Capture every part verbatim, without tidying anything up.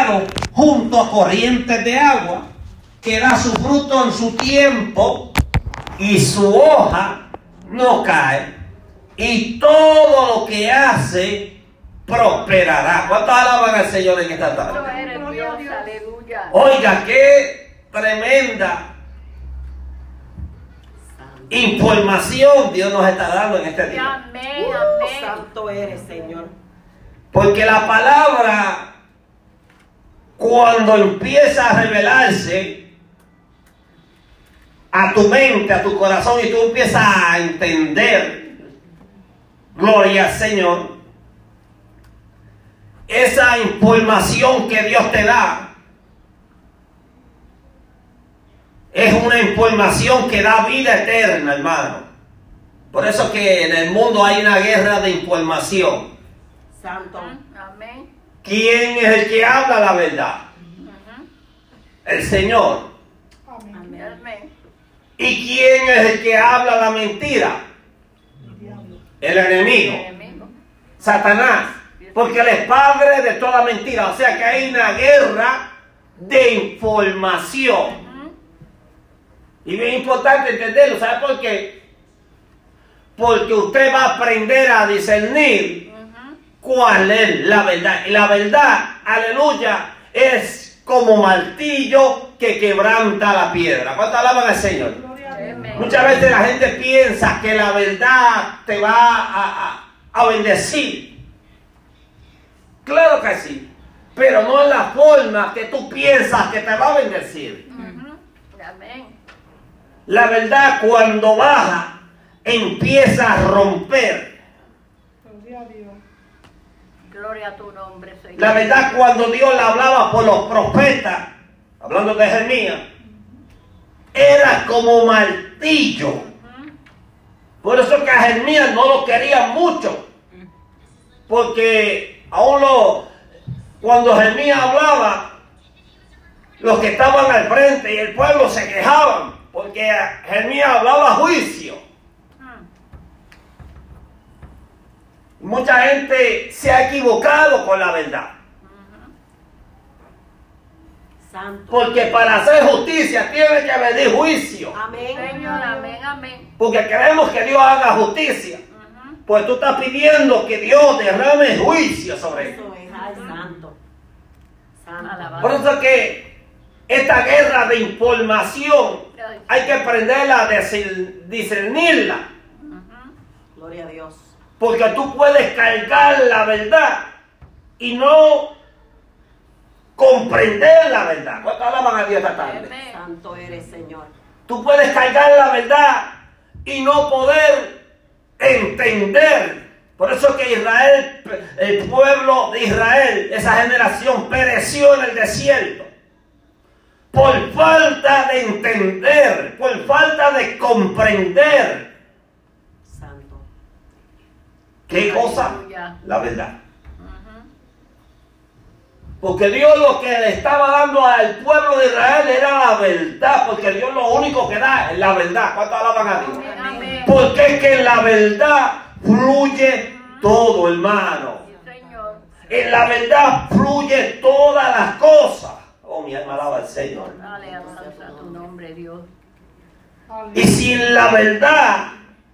plantado junto a corrientes de agua, que da su fruto en su tiempo y su hoja no cae, y todo lo que hace prosperará. ¿Cuántos alaban al Señor en esta tarde? Oiga, qué tremenda información Dios nos está dando en este día. Amén, amén. Santo eres, Señor. Porque la palabra, cuando empieza a revelarse a tu mente, a tu corazón, y tú empiezas a entender, gloria al Señor, esa información que Dios te da es una información que da vida eterna, hermano. Por eso que en el mundo hay una guerra de información. Santo. Amén. ¿Quién es el que habla la verdad? Uh-huh. El Señor. Amén. Amén. ¿Y quién es el que habla la mentira? El enemigo. El enemigo. Satanás. Porque él es padre de toda mentira. O sea que hay una guerra de información. Uh-huh. Y bien importante entenderlo. ¿Sabe por qué? Porque usted va a aprender a discernir cuál es la verdad. Y la verdad, aleluya, es como martillo que quebranta la piedra. ¿Cuánto alaban al Señor? Muchas veces la gente piensa que la verdad te va a, a, a bendecir. Claro que sí, pero no en la forma que tú piensas que te va a bendecir. Uh-huh. Amén. La verdad, cuando baja, empieza a romper. Gloria a Dios. Gloria a tu nombre, Señor. La verdad, cuando Dios le hablaba por los profetas, hablando de Jeremías, era como martillo. Uh-huh. Por eso que a Jeremías no lo querían mucho. Porque aún lo, cuando Jeremías hablaba, los que estaban al frente y el pueblo se quejaban, porque Jeremías hablaba juicio. Mucha gente se ha equivocado con la verdad. Santo. Porque para hacer justicia tiene que venir juicio. Amén. Señor, amén, amén. Porque queremos que Dios haga justicia. Uh-huh. Pues tú estás pidiendo que Dios derrame juicio sobre él. Ay, santo. Santo. Por eso que esta guerra de información hay que aprenderla a discernirla. Uh-huh. Gloria a Dios. Porque tú puedes cargar la verdad y no comprender la verdad. ¿Cuánto alaban a Dios esta tarde? Santo eres, Señor. Tú puedes cargar la verdad y no poder entender. Por eso que Israel, el pueblo de Israel, esa generación pereció en el desierto. Por falta de entender, por falta de comprender. ¿Qué cosa? La verdad. Porque Dios lo que le estaba dando al pueblo de Israel era la verdad. Porque Dios lo único que da es la verdad. ¿Cuánto alaban a Dios? Amén. Porque es que en la verdad fluye todo, hermano. En la verdad fluye todas las cosas. Oh, mi alma alaba al Señor. Dale alabanza a tu nombre, Dios. Y sin la verdad,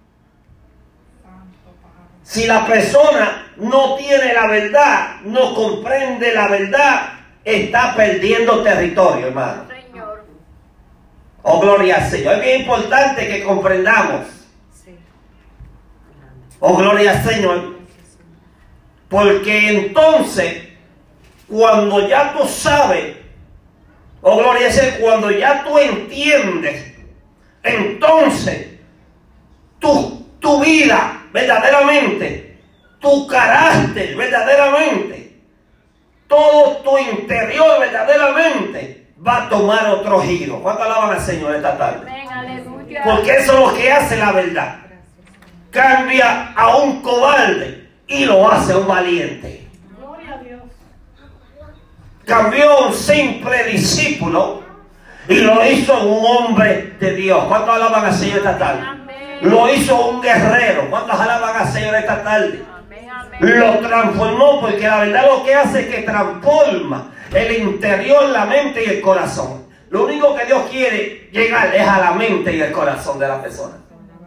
si la persona no tiene la verdad, no comprende la verdad, está perdiendo territorio, hermano. Señor. Oh, gloria al Señor. Es bien importante que comprendamos. Sí. Oh, gloria al Señor. Porque entonces, cuando ya tú sabes, oh, gloria al Señor, cuando ya tú entiendes, entonces, tu, tu vida verdaderamente, tu carácter verdaderamente, todo tu interior verdaderamente va a tomar otro giro. ¿Cuánto alaban al Señor esta tarde? Amén, aleluya. Porque eso es lo que hace la verdad. Cambia a un cobarde y lo hace un valiente. Gloria a Dios. Cambió a un simple discípulo y lo hizo un hombre de Dios. ¿Cuánto alaban al Señor esta tarde? Lo hizo un guerrero. ¿Cuántos alaban al Señor esta tarde? Amén, amén. lo transformó, porque la verdad lo que hace es que transforma el interior, la mente y el corazón. Lo único que Dios quiere llegar es a la mente y el corazón de la persona.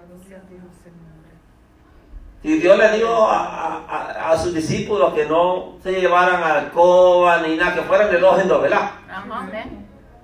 Y Dios le dijo a, a, a sus discípulos que no se llevaran alcoba ni nada, que fueran de dos en dos, ¿verdad? Amén.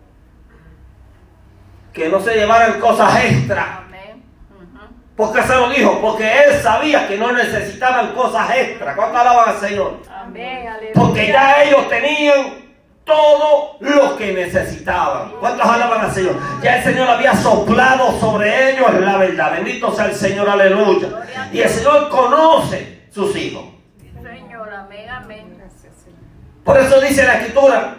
Que no se llevaran cosas extra. ¿Por qué se lo dijo? Porque él sabía que no necesitaban cosas extra. ¿Cuánto alaban al Señor? Amén. Porque ya ellos tenían todo lo que necesitaban. ¿Cuántos alaban al Señor? Ya el Señor había soplado sobre ellos la verdad. Bendito sea el Señor, aleluya. Y el Señor conoce sus hijos. Señor, amén, amén. Por eso dice la Escritura: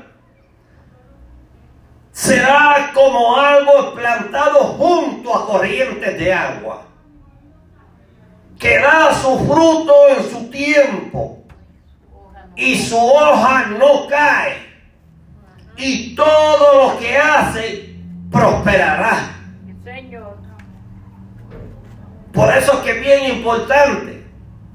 será como árbol plantado junto a corrientes de agua, que da su fruto en su tiempo, y su hoja no cae, y todo lo que hace prosperará. Señor. Por eso es que es bien importante.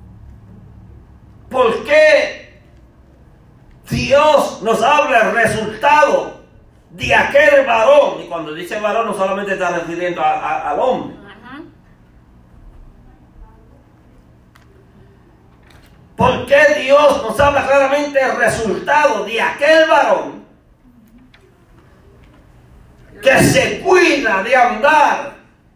¿Por qué Dios nos habla el resultado de aquel varón? Y cuando dice varón no solamente está refiriendo a, a, al hombre. ¿Por qué Dios nos habla claramente el resultado de aquel varón que se cuida de andar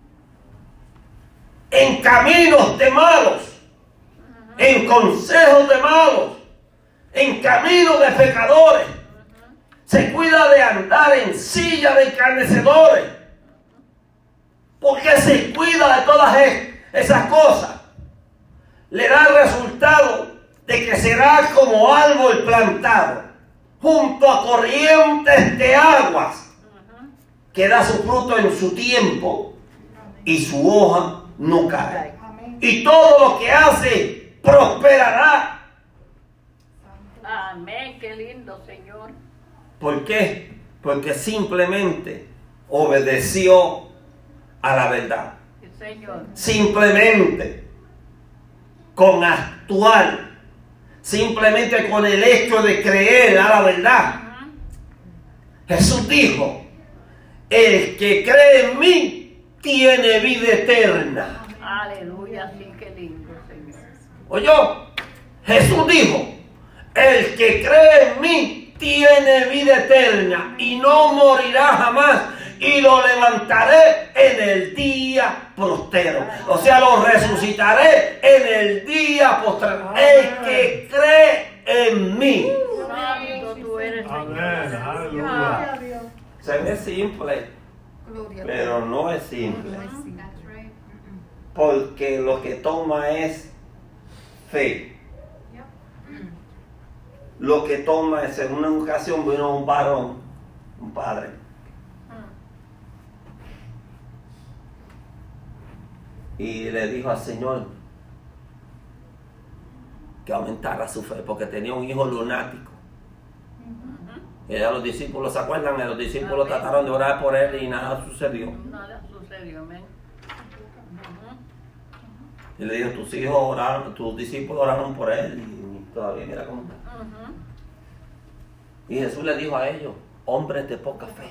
en caminos de malos, en consejos de malos, en caminos de pecadores? Se cuida de andar en silla de escarnecedores. ¿Por qué se cuida de todas esas cosas? Le da el resultado de que será como árbol plantado junto a corrientes de aguas, que da su fruto en su tiempo y su hoja no cae. Y todo lo que hace prosperará. Amén, qué lindo, Señor. ¿Por qué? Porque simplemente obedeció a la verdad. Señor. Simplemente con actuar, simplemente con el hecho de creer a la verdad. Uh-huh. Jesús dijo: el que cree en mí tiene vida eterna. Aleluya, sí, qué lindo, Señor. ¿Oyó? Jesús dijo: el que cree en mí tiene vida eterna y no morirá jamás, y lo levantaré en el día postrero. O sea, lo resucitaré en el día postrero. El que cree en mí. Santo tú eres, Señor. Amén, aleluya. Se ve simple, pero no es simple. Porque lo que toma es fe. Lo que toma es, en una ocasión vino un varón, un padre, y le dijo al Señor que aumentara su fe, porque tenía un hijo lunático. Y a los discípulos, ¿se acuerdan? A los discípulos Amén. Trataron de orar por él y nada sucedió. Nada sucedió, amén. Y le dijo: tus hijos oraron, tus discípulos oraron por él y todavía mira cómo está. Uh-huh. Y Jesús le dijo a ellos: hombres de poca fe.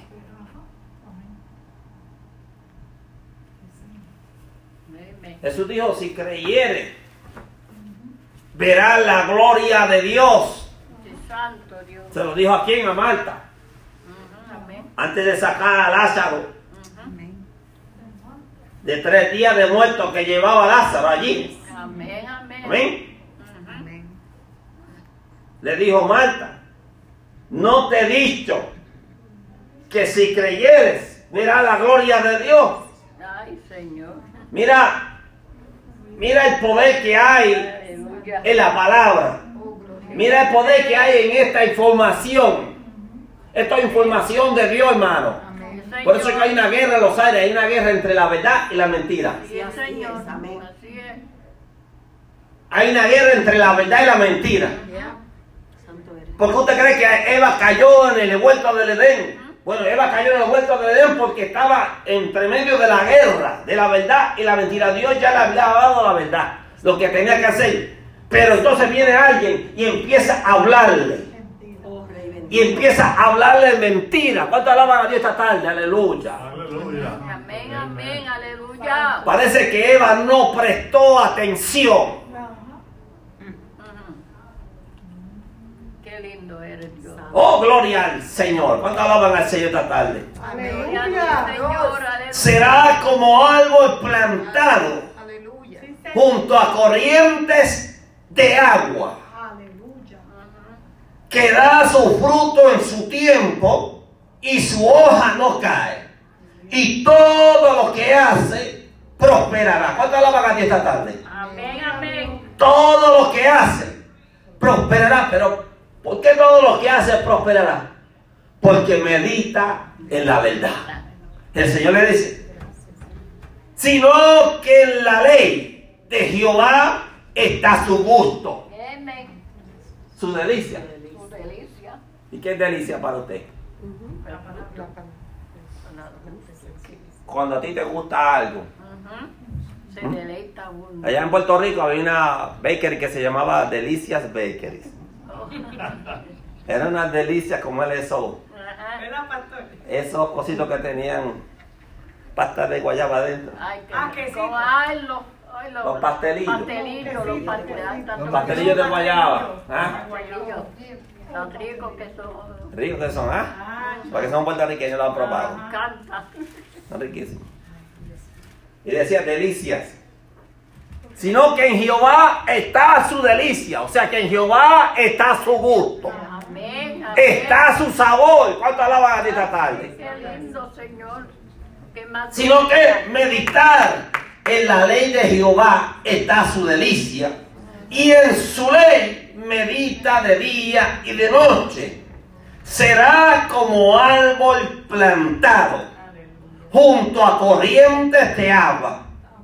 Amén. Jesús dijo: si creyere, verá la gloria de Dios. Santo Dios. Se lo dijo a quién, a Marta. Uh-huh. Amén. Antes de sacar a Lázaro. Uh-huh. De tres días de muerto que llevaba a Lázaro allí. Amén, amén. Amén. Uh-huh. Le dijo: Marta, no te he dicho que si creyeres verás la gloria de Dios. Ay, Señor. Mira, mira el poder que hay Aleluya. En la palabra. Mira el poder que hay en esta información. Esta es información de Dios, hermano. Amén. Por eso es que hay una guerra en los aires, hay una guerra entre la verdad y la mentira. Sí, Señor. Amén. Así es. Hay una guerra entre la verdad y la mentira. ¿Por qué usted cree que Eva cayó en el huerto del Edén? Bueno, Eva cayó en el huerto del Edén porque estaba entre medio de la guerra de la verdad y la mentira. Dios ya le había dado la verdad, lo que tenía que hacer. Pero entonces viene alguien y empieza a hablarle. Y empieza a hablarle mentira. ¿Cuánto alaban a Dios esta tarde? Aleluya. Aleluya. Amén, amén, aleluya. Parece que Eva no prestó atención. Qué lindo eres, Dios. Oh, gloria al Señor. ¿Cuánto alaban al Señor esta tarde? Aleluya, Señor, aleluya. Será como árbol plantado Aleluya. junto a corrientes de agua, que da su fruto en su tiempo y su hoja no cae. Y todo lo que hace prosperará. ¿Cuánto alaban a Dios esta tarde? Amén, amén. Todo lo que hace prosperará. Pero ¿por qué todo lo que hace prosperará? Porque medita en la verdad. El Señor le dice, sino que en la ley de Jehová está su gusto, Amén. su delicia. Su delicia. ¿Y qué es delicia para usted? Cuando a ti te gusta algo. Ujú. Se deleita uno. Allá en Puerto Rico había una bakery que se llamaba Delicias Bakeries. Oh. Era una delicia como el eso. Ajá. ¿Verdad, pastor? Esos cositos que tenían pasta de guayaba adentro. Ay, qué Ah, rico. quesito. Ay, los, ay, los, Los pastelillos. pastelillos, los pastelillos. Los pastelillos de guayaba. ¿Ah? Pastelillos. Tan ricos que son. Ricos que son, ¿ah? Ah, Porque son puertorriqueños, lo han probado. Me encanta. Son riquísimos. Y decía delicias. Sino que en Jehová está su delicia. O sea que en Jehová está su gusto. Amén, amén. Está su sabor. ¿Cuánto alaban a Dios esta tarde? Qué lindo, Señor. ¿Qué más? Sino que meditar en la ley de Jehová está su delicia. Y en su ley medita de día y de noche. Será como árbol plantado junto a corrientes de agua.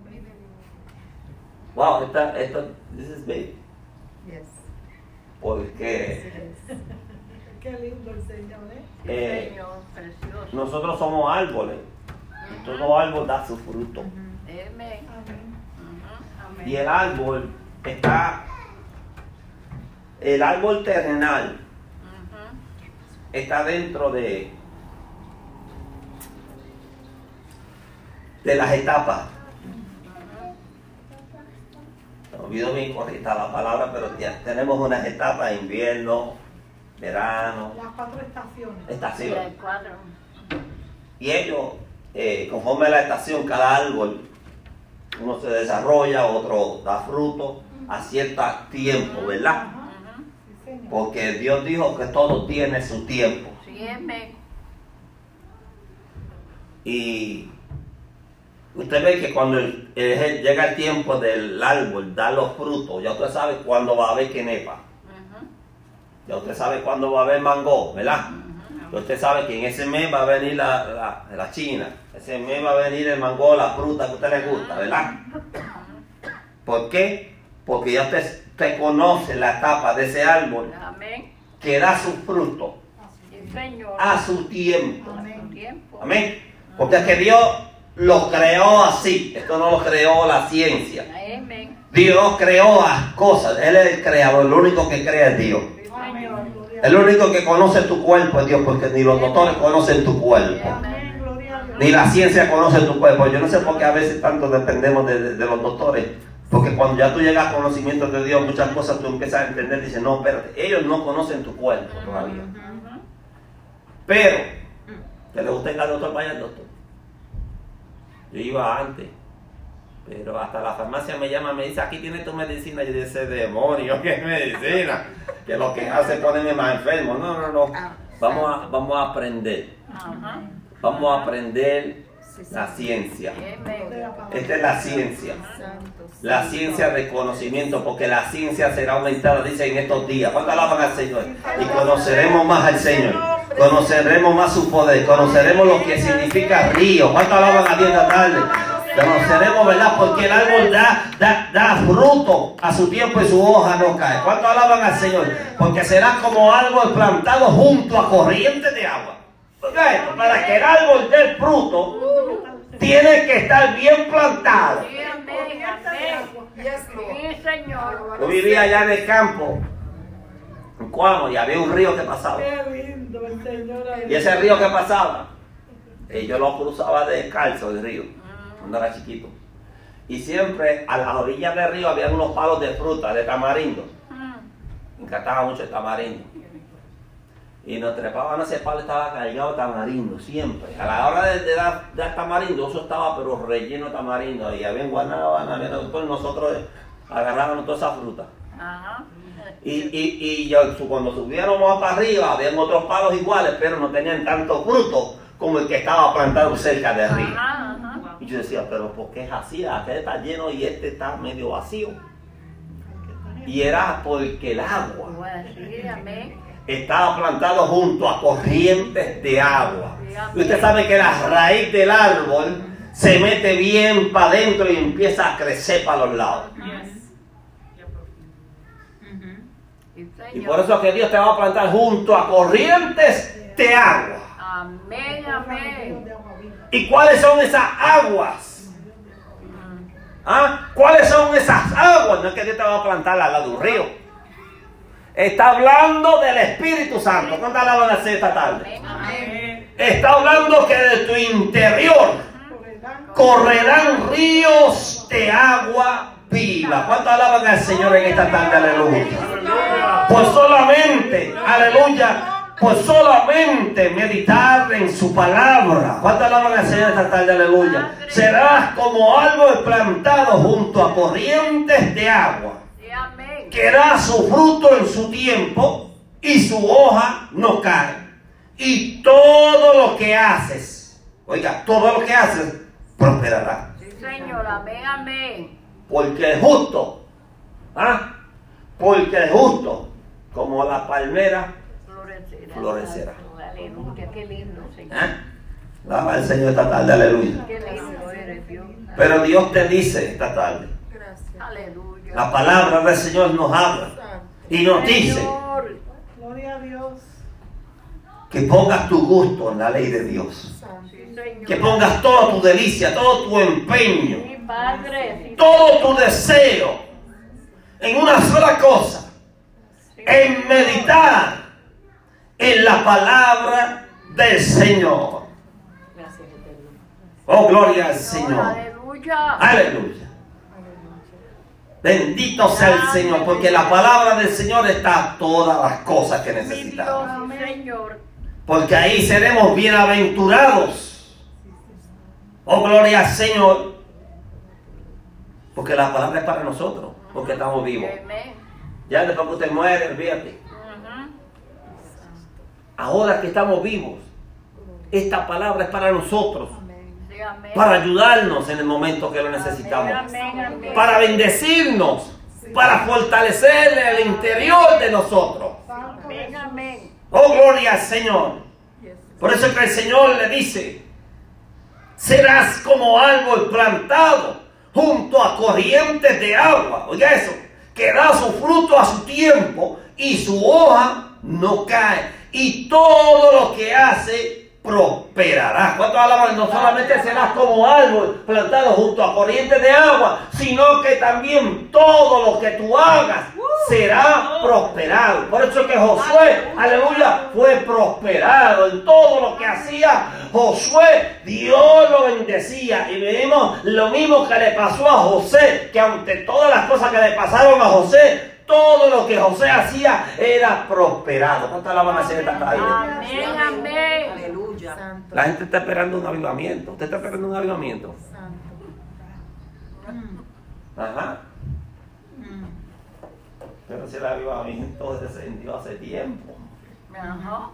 Wow, esta, esto, this is big. yes. Porque Qué lindo el Señor, ¿eh? eh, Señor, precioso. nosotros somos árboles. Y todo árbol da su fruto. Amén. Amén. Ujú. Amén. Y el árbol está, el árbol terrenal Ujú. está dentro de, de las etapas. Me olvido bien correcta la palabra, pero ya tenemos unas etapas: invierno, verano, Las cuatro estaciones. Sí, estación. hay cuatro. Y ellos, eh, conforme a la estación, cada árbol, uno se desarrolla, otro da fruto a cierto tiempo, ¿verdad? Ujú. Sí, Señor. Porque Dios dijo que todo tiene su tiempo. Sí, amén. Y usted ve que cuando el- el- llega el tiempo del árbol dar los frutos, ya usted sabe cuándo va a haber quenepa, Ujú. ya usted sabe cuándo va a haber mango, ¿verdad? Ya usted sabe que en ese mes va a venir la, la, la china, ese mes va a venir el mango, la fruta que a usted le gusta, ¿verdad? ¿Por qué? Porque ya usted, usted conoce la etapa de ese árbol Amén. que da su fruto Sí, Señor. a su tiempo. A su tiempo. Amén. Porque es que Dios lo creó así. Esto no lo creó la ciencia. Amén. Dios creó las cosas. Él es el creador. El único que crea es Dios. Sí, Amén. Señor. Gloria a El Dios. único que conoce tu cuerpo es Dios. Porque ni los doctores conocen tu cuerpo. Amén. Gloria a Dios. Ni la ciencia conoce tu cuerpo. Yo no sé por qué a veces tanto dependemos de, de- de los doctores. Porque cuando ya tú llegas a conocimiento de Dios, muchas cosas tú empiezas a entender. Dices, no, espérate. Ellos no conocen tu cuerpo todavía. Ujú. Pero, ¿que le gusta ir al doctor? Vaya al doctor. Yo iba antes, pero hasta la farmacia me llama, me dice, aquí tienes tu medicina. Yo dice, demonio, ¿qué medicina? Que lo que hace es ponerme más enfermo. No, no, no. Vamos a, vamos a aprender. Ajá. Vamos a aprender la ciencia. Amén. Esta es la ciencia. La ciencia de conocimiento, porque la ciencia será aumentada, dice, en estos días. ¿Cuánto alaban al Señor? Y conoceremos más al Señor. Conoceremos más su poder. Conoceremos lo que significa río. ¿Cuánto alaban a Dios esta tarde? Conoceremos, ¿verdad? Porque el árbol da, da, da fruto a su tiempo y su hoja no cae. ¿Cuánto alaban al Señor? Porque será como árbol plantado junto a corrientes de agua. Oiga esto, para que el árbol dé fruto, tiene que estar bien plantado. Sí, amén. amén, amén. Sí, Señor. Yo vivía allá en el campo, en Cuamo, y había un río que pasaba. Qué lindo el Señor. Y ese río que pasaba, eh, yo lo cruzaba descalzo el río, cuando era chiquito. Y siempre a las orillas del río había unos palos de fruta, de tamarindo. Me encantaba mucho el tamarindo. Y nos trepaban a ese palo, estaba cargado de tamarindo, siempre. A la hora de, de dar, dar tamarindo, eso estaba pero relleno de tamarindo. Y había guanábana, había nosotros, nosotros agarrábamos toda esa fruta. Ajá. Y, y, y yo, cuando subiéramos para arriba, habían otros palos iguales, pero no tenían tanto fruto como el que estaba plantado cerca del río. Ajá, ajá. Y yo decía, pero ¿por qué es así? Aquel está lleno y este está medio vacío. Y era porque el agua estaba plantado junto a corrientes de agua. Y usted sabe que la raíz del árbol se mete bien para adentro y empieza a crecer para los lados. Y por eso es que Dios te va a plantar junto a corrientes de agua. Amén, amén. ¿Y cuáles son esas aguas? ¿Ah? ¿Cuáles son esas aguas? No es que Dios te va a plantar al lado de un río. Está hablando del Espíritu Santo. ¿Cuántas alaban así esta tarde? Amén. Está hablando que de tu interior correrán ríos de agua viva. ¿Cuántos alaban al Señor en esta tarde? Aleluya. Pues solamente, aleluya. Pues solamente meditar en su palabra. ¿Cuánto alaban al Señor esta tarde? Aleluya. Serás como árbol plantado junto a corrientes de agua, que da su fruto en su tiempo y su hoja no cae. Y todo lo que haces, oiga, todo lo que haces prosperará. Sí, Señor. Amén, amén. Porque el justo, ¿ah? Porque el justo, como la palmera, florecerá. Aleluya, qué lindo, Señor. ¿Eh? Alaba al Señor esta tarde, aleluya. Qué lindo eres, Dios. Pero Dios te dice esta tarde. Gracias. Aleluya. La palabra del Señor nos habla y nos dice, gloria a Dios, que pongas tu gusto en la ley de Dios. Sí, Señor. Que pongas toda tu delicia, todo tu empeño, Sí, Padre. Sí, todo tu deseo en una sola cosa, sí, en meditar en la palabra del Señor. Gracias, Eterno. Oh, gloria al Señor. Aleluya. Aleluya. Bendito sea el Señor, porque la palabra del Señor está todas las cosas que necesitamos. Mi Dios, Señor. Porque ahí seremos bienaventurados. Oh, gloria al Señor. Porque la palabra es para nosotros, porque estamos vivos. Amén. Ya después que usted muere, olvídate. Ahora que estamos vivos, esta palabra es para nosotros, Sí, amén. para ayudarnos en el momento que lo necesitamos, Amén, amén. para bendecirnos, para fortalecer el interior de nosotros. Amén, amén. Oh, gloria al Señor. Por eso es que el Señor le dice, serás como árbol plantado junto a corrientes de agua. Oiga eso, que da su fruto a su tiempo y su hoja no cae. Y todo lo que hace prosperará. ¿Cuántos alaban? No solamente serás como árbol plantado junto a corrientes de agua, sino que también todo lo que tú hagas será prosperado. Por eso es que Josué, aleluya, fue prosperado en todo lo que hacía. Josué, Dios lo bendecía. Y vemos lo mismo que le pasó a José, que ante todas las cosas que le pasaron a José, todo lo que José hacía era prosperado. ¿Cuántas alaban al Señor esta tarde? Amén, amén. Aleluya. La gente está esperando un avivamiento. ¿Usted está esperando un avivamiento? Ajá. Pero si el avivamiento descendió hace tiempo. Ajá.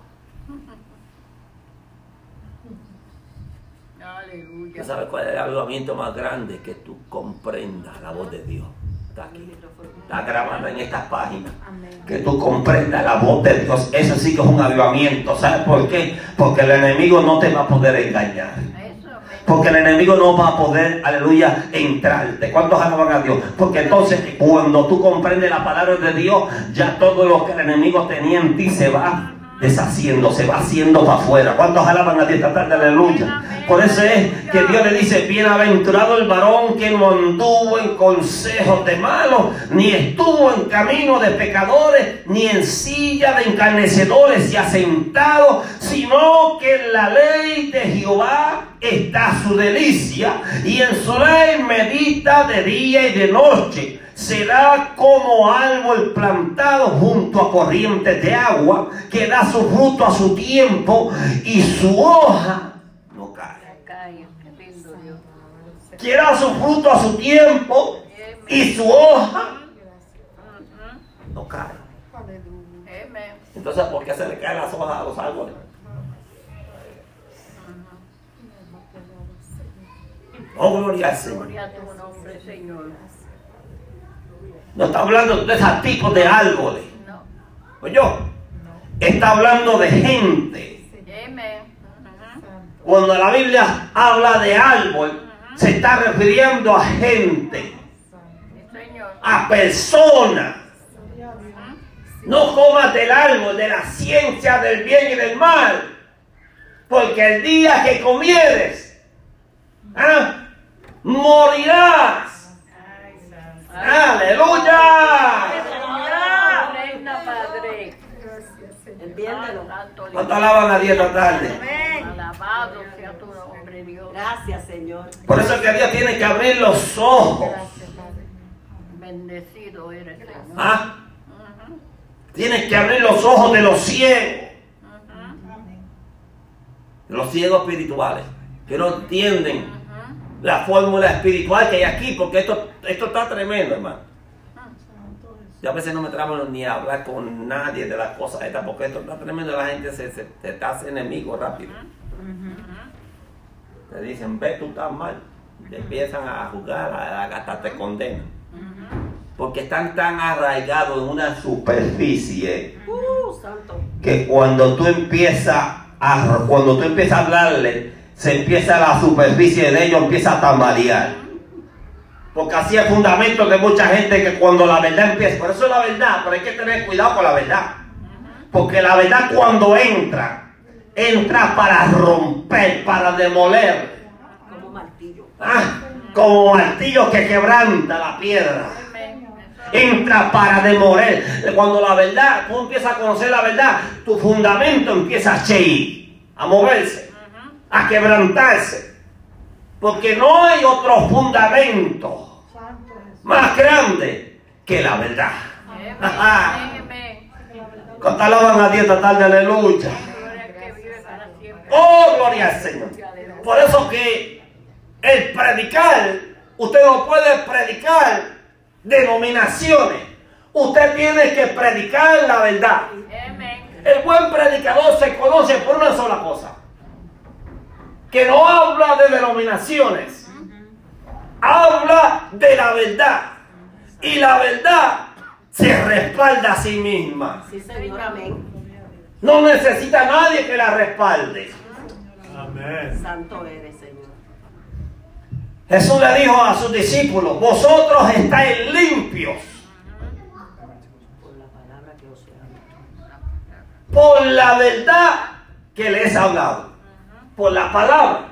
Aleluya. ¿Tú sabes cuál es el avivamiento más grande? Que tú comprendas la voz de Dios. Está aquí. Está grabada en estas páginas. Que tú comprendas la voz de Dios. Eso sí que es un avivamiento. ¿Sabes por qué? Porque el enemigo no te va a poder engañar. Porque el enemigo no va a poder, aleluya, entrarte. ¿Cuántos alaban a Dios? Porque entonces cuando tú comprendes la palabra de Dios, ya todo lo que el enemigo tenía en ti se va deshaciendo, se va haciendo para afuera. ¿Cuántos alaban a Dios esta tarde? Aleluya. Por eso es que Dios le dice: bienaventurado el varón que no anduvo en consejos de malos, ni estuvo en camino de pecadores, ni en silla de encarnecedores y asentado, sino que en la ley de Jehová está su delicia, y en su ley medita de día y de noche. Será como árbol plantado junto a corrientes de agua, que da su fruto a su tiempo, y su hoja no cae. Que da su fruto a su tiempo, y su hoja no cae. Entonces, ¿por qué se le caen las hojas a los árboles? Oh, gloria al Señor. Gloria a tu nombre, Señor. No está hablando de esos tipos de árboles. No. Oye, está hablando de gente. Amén. Cuando la Biblia habla de árbol, se está refiriendo a gente, a personas. No comas del árbol de la ciencia del bien y del mal, porque el día que comieres, ¿ah? morirás. ¡Aleluya! Reina, Padre. Entiéndelo. ¿Cuánto alaban a Dios esta tarde? Alabado sea tu nombre, Dios. Gracias, Señor. Por eso es que Dios tiene que abrir los ojos. Bendecido eres, Señor. ¿Ah? Tienes que abrir los ojos de los ciegos. De los ciegos espirituales, que no entienden la fórmula espiritual que hay aquí, porque esto, esto está tremendo, hermano. Yo a veces no me tramo ni a hablar con nadie de las cosas estas, porque esto está tremendo. La gente se, se, se te hace enemigo rápido. Te dicen: ve, tú estás mal. Te empiezan a juzgar, a, a, hasta te condenan. Porque están tan arraigados en una superficie Uh, santo. que cuando tú empiezas a, cuando tú empiezas a hablarle, se empieza la superficie de ellos, empieza a tambalear. Porque así es el fundamento de mucha gente, que cuando la verdad empieza, por eso es la verdad, pero hay que tener cuidado con la verdad. Porque la verdad, cuando entra, entra para romper, para demoler. Como martillo. ¿Ah? Como martillo que quebranta la piedra. Entra para demoler. Cuando la verdad, tú empiezas a conocer la verdad, tu fundamento empieza a cheir, a moverse, a quebrantarse, porque no hay otro fundamento más grande que la verdad. ¿Cuánto alaban a Dios esta tarde? Aleluya. Oh, gloria al Señor. Por eso que el predicar, usted no puede predicar denominaciones. Usted tiene que predicar la verdad. El buen predicador se conoce por una sola cosa: que no habla de denominaciones, habla de la verdad, y la verdad se respalda a sí misma. Sí, Señor, amén. No necesita a nadie que la respalde. Amén. Santo eres, Señor. Jesús le dijo a sus discípulos: vosotros estáis limpios Por la palabra que os he hablado. por la verdad que les he hablado, por la palabra.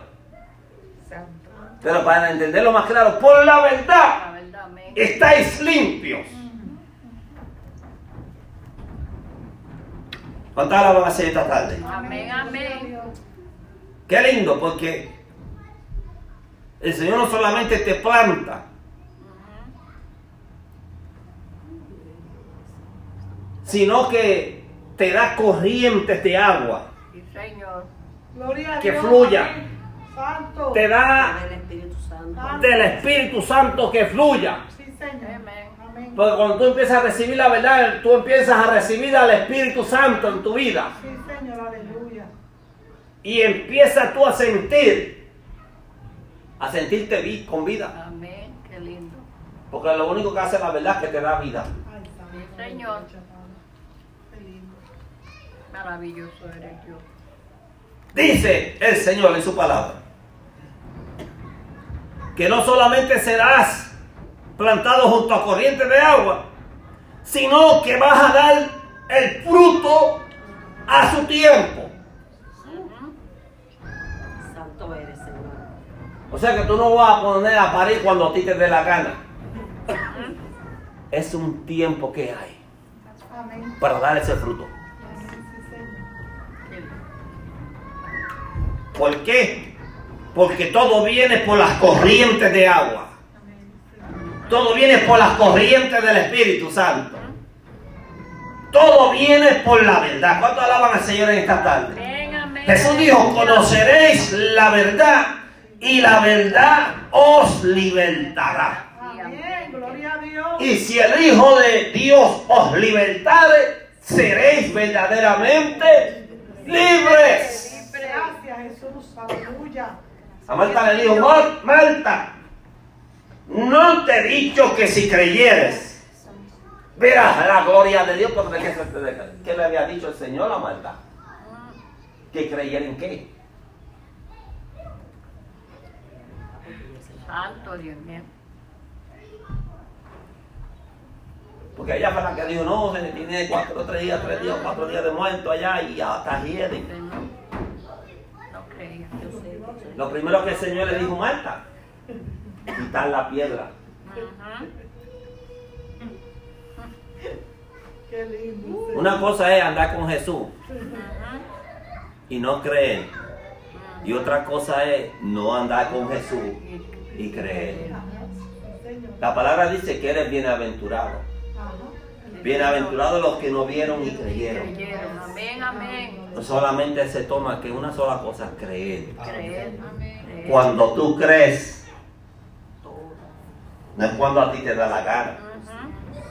Pero para entenderlo más claro, por la verdad estáis limpios. ¿Cuántas la van a hacer esta tarde? Amén, amén. Qué lindo, porque el Señor no solamente te planta, sino que te da corrientes de agua Sí, Señor. Gloria a que Dios. fluya. Santo. Te da Del Espíritu Santo. del Espíritu Santo que fluya. Sí, Señor. Amén. Amén. Porque cuando tú empiezas a recibir la verdad, tú empiezas a recibir al Espíritu Santo en tu vida. Sí, Señor, aleluya. Y empiezas tú a sentir, a sentirte vi- con vida. Amén. Qué lindo. Porque lo único que hace la verdad es que te da vida. Ay, santo. Sí, Señor. Qué lindo. Maravilloso eres Dios. Dice el Señor en su palabra que no solamente serás plantado junto a corrientes de agua, sino que vas a dar el fruto a su tiempo. Santo lo eres, Señor. O sea que tú no vas a poner a parir cuando a ti te dé la gana. Es un tiempo que hay Amén. para dar ese fruto. Sí, Señor. ¿Por qué? Porque todo viene por las corrientes de agua. Amén, Señor. Todo viene por las corrientes del Espíritu Santo. Todo viene por la verdad. ¿Cuánto alaban al Señor en esta tarde? Amén, amén. Jesús dijo, conoceréis la verdad y la verdad os libertará. Amén. Gloria a Dios. Y si el Hijo de Dios os libertare, seréis verdaderamente libres. Gracias, Jesús. Aleluya. A Marta le dijo, "Mar- Marta, no te he dicho que si creyeres, verás la gloria de Dios". Pero ¿de qué, se te deja? ¿Qué le había dicho el Señor a Marta? ¿Que creyera en qué? Santo Dios mío. Porque ella fue la que dijo, no, se le tiene cuatro, tres días, tres días, cuatro días de muerto allá y ya está hiede. No creía. Yo sé, yo sé. Lo primero que el Señor le dijo, Marta, quitar la piedra. Ajá. Qué lindo. Una cosa es andar con Jesús Ajá. y no creer. Y otra cosa es no andar con Jesús y creer. Señor. La palabra dice que eres bienaventurado. Ajá. Bienaventurados los que no vieron y creyeron. Creyeron. Amén, amén. No solamente se toma que una sola cosa, creer. Creer. Creer. Cuando tú crees, no es cuando a ti te da la gana. Ajá.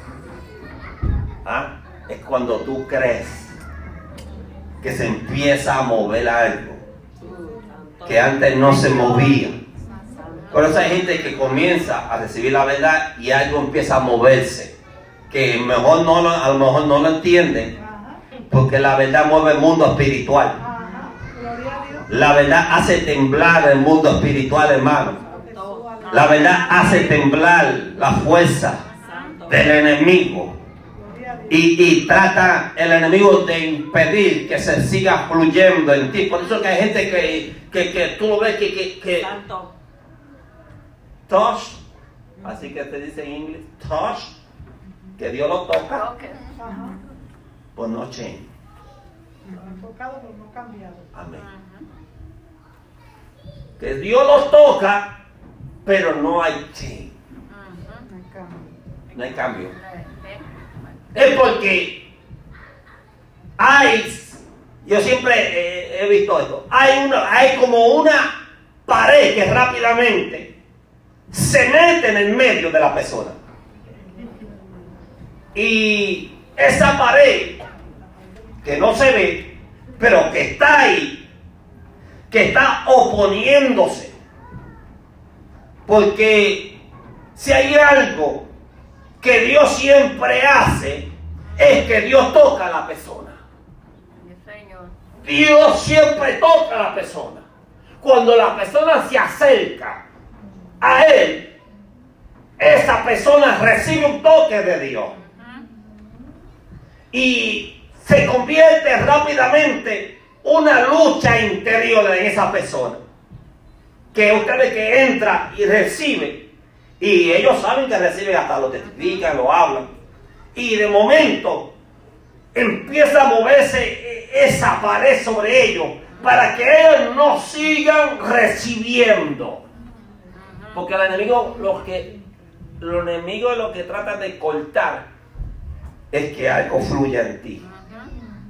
¿Ah? Es cuando tú crees que se empieza a mover algo que antes no se movía. Por eso hay gente que comienza a recibir la verdad y algo empieza a moverse, que mejor no lo, a lo mejor no lo entienden, Ajá. porque la verdad mueve el mundo espiritual. Ajá. Gloria a Dios. La verdad hace temblar el mundo espiritual, hermano. Jesús, aleluya. La verdad hace temblar la fuerza Santo. del enemigo. Gloria a Dios. Y, y trata el enemigo de impedir que se siga fluyendo en ti. Por eso que hay gente que, que, que tú lo ves que, que, que Santo. touch, así que te dice en inglés, touch, que Dios lo toca, Toque. Ajá. pues no change. Enfocado pero no cambiado. Amén. Ajá. Que Dios los toca, pero no hay change, Ajá. No hay cambio. no hay cambio. Eh, Es porque hay, yo siempre eh, he visto esto, hay, una, hay como una pared que rápidamente se mete en el medio de la persona. Y esa pared que no se ve, pero que está ahí, que está oponiéndose. Porque si hay algo que Dios siempre hace, es que Dios toca a la persona. Sí, Señor. Dios siempre toca a la persona. Cuando la persona se acerca a Él, esa persona recibe un toque de Dios. Ajá. Y se convierte rápidamente una lucha interior en esa persona. Que ustedes que entra y recibe, y ellos saben que reciben, hasta lo testifican, lo hablan, y de momento empieza a moverse esa pared sobre ellos para que ellos no sigan recibiendo. Porque el enemigo, lo que los enemigos lo que tratan de cortar es que algo fluya en ti. Ajá.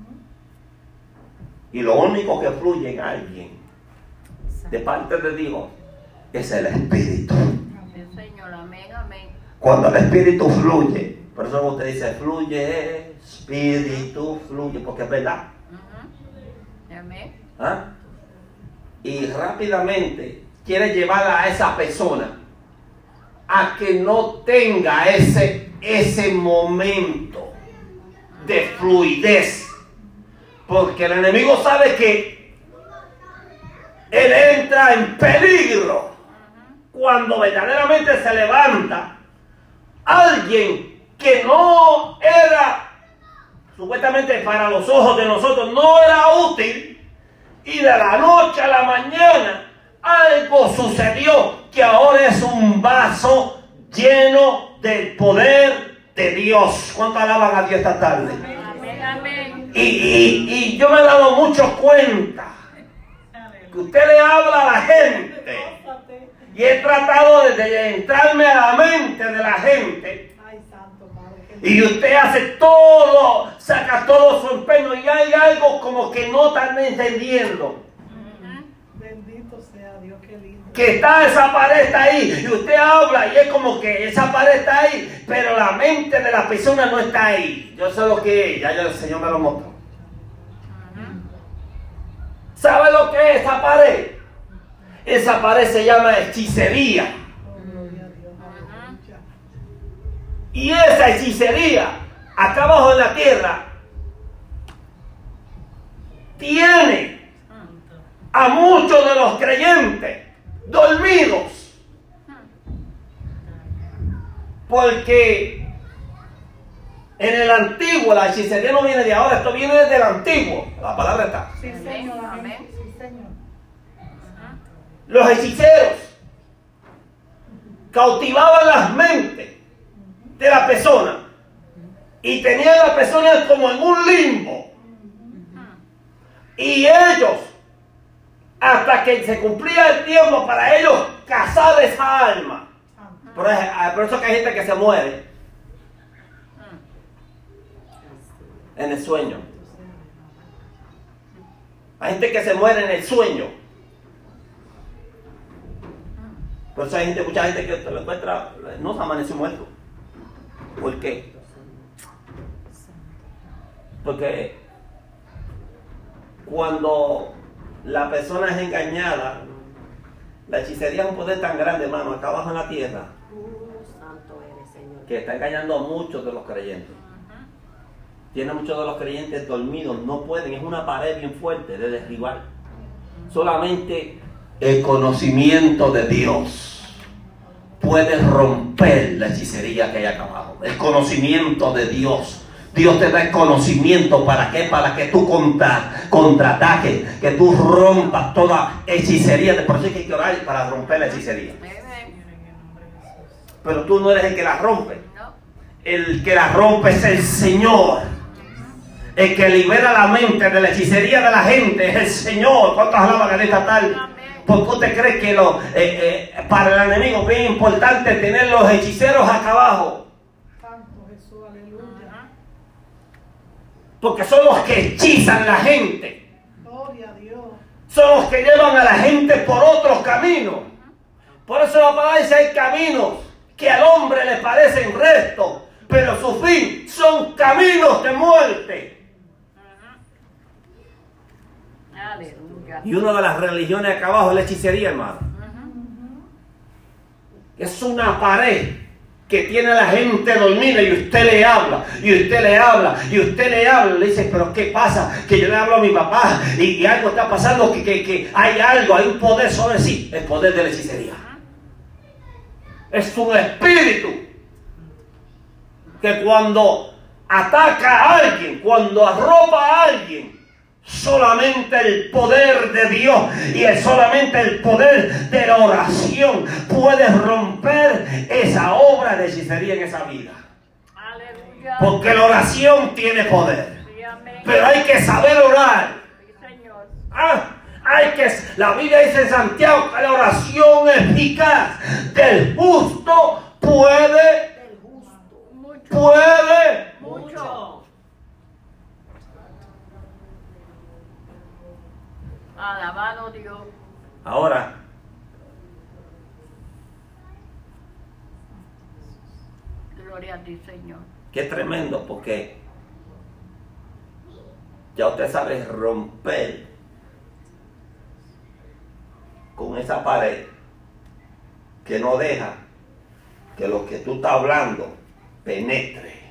Y lo único que fluye en alguien de parte de Dios es el Espíritu. Sí, Señor. Amén, amén. Cuando el Espíritu fluye, por eso usted dice, fluye, Espíritu, fluye, porque es verdad. Ajá. Amén. ¿Ah? Y rápidamente quiere llevar a esa persona a que no tenga ese, ese momento de fluidez. Porque el enemigo sabe que él entra en peligro cuando verdaderamente se levanta alguien que no era, supuestamente para los ojos de nosotros, no era útil, y de la noche a la mañana algo sucedió que ahora es un vaso lleno del poder de Dios. ¿Cuánto alaban a Dios esta tarde? Amén, amén. Y, y, y yo me he dado mucho cuenta que usted le habla a la gente y he tratado de, de entrarme a la mente de la gente. Y usted hace todo, saca todo su empeño y hay algo como que no están entendiendo. Bendito sea Dios, qué lindo. Que está esa pared está ahí y usted habla y es como que esa pared está ahí, pero la mente de la persona no está ahí. Yo sé lo que es, ya el Señor me lo mostró. ¿Sabe lo que es esa pared? Esa pared se llama hechicería. Y esa hechicería, acá abajo en la tierra, tiene a muchos de los creyentes dormidos. Porque en el antiguo, la hechicería no viene de ahora, esto viene desde el antiguo. La palabra está. Sí, Señor, amén. Sí, Señor. Los hechiceros cautivaban las mentes de la persona y tenían a la persona como en un limbo, y ellos, hasta que se cumplía el tiempo para ellos cazar esa alma, por eso, por eso que hay gente que se muere en el sueño, hay gente que se muere en el sueño. Por eso hay gente, mucha gente que lo encuentra, no se amaneció muerto. ¿Por qué? Porque cuando la persona es engañada, la hechicería es un poder tan grande, hermano, acá abajo en la tierra, Santo eres, Señor, que está engañando a muchos de los creyentes. Tiene a muchos de los creyentes dormidos, no pueden, es una pared bien fuerte de derribar. Solamente el conocimiento de Dios puede romper la hechicería que hay acá abajo. El conocimiento de Dios. Dios te da el conocimiento para que para que tú contra, contraataques, que tú rompas toda hechicería. Por eso es que hay que orar para romper la hechicería. Pero tú no eres el que la rompe. El que la rompe es el Señor. El que libera la mente de la hechicería de la gente es el Señor. ¿Cuántos alaban en esta tarde? ¿Por qué usted cree que lo, eh, eh, para el enemigo es bien importante tener los hechiceros acá abajo? Santo Jesús, aleluya. Porque son los que hechizan la gente. Gloria a Dios. Son los que llevan a la gente por otros caminos. Por eso la palabra dice: hay caminos que al hombre le parecen rectos, pero su fin son caminos de muerte. Aleluya. Y una de las religiones acá abajo es la hechicería, hermano. Es una pared que tiene a la gente dormida y usted le habla, y usted le habla, y usted le habla. Le dice: pero ¿qué pasa? Que yo le hablo a mi papá y, y algo está pasando, que, que, que hay algo, hay un poder sobre sí. El poder de la hechicería. Es un espíritu que cuando ataca a alguien, cuando arropa a alguien, solamente el poder de Dios y el, solamente el poder de la oración puede romper esa obra de hechicería en esa vida. Aleluya. Porque la oración tiene poder. Sí, amén. Pero hay que saber orar. Sí, Señor. Ah, hay que, la Biblia dice en Santiago que la oración eficaz del justo puede, del justo, Mucho. puede. Mucho. Alabado Dios. Ahora, Gloria a ti, Señor. qué tremendo, porque ya usted sabe romper con esa pared que no deja que lo que tú estás hablando penetre.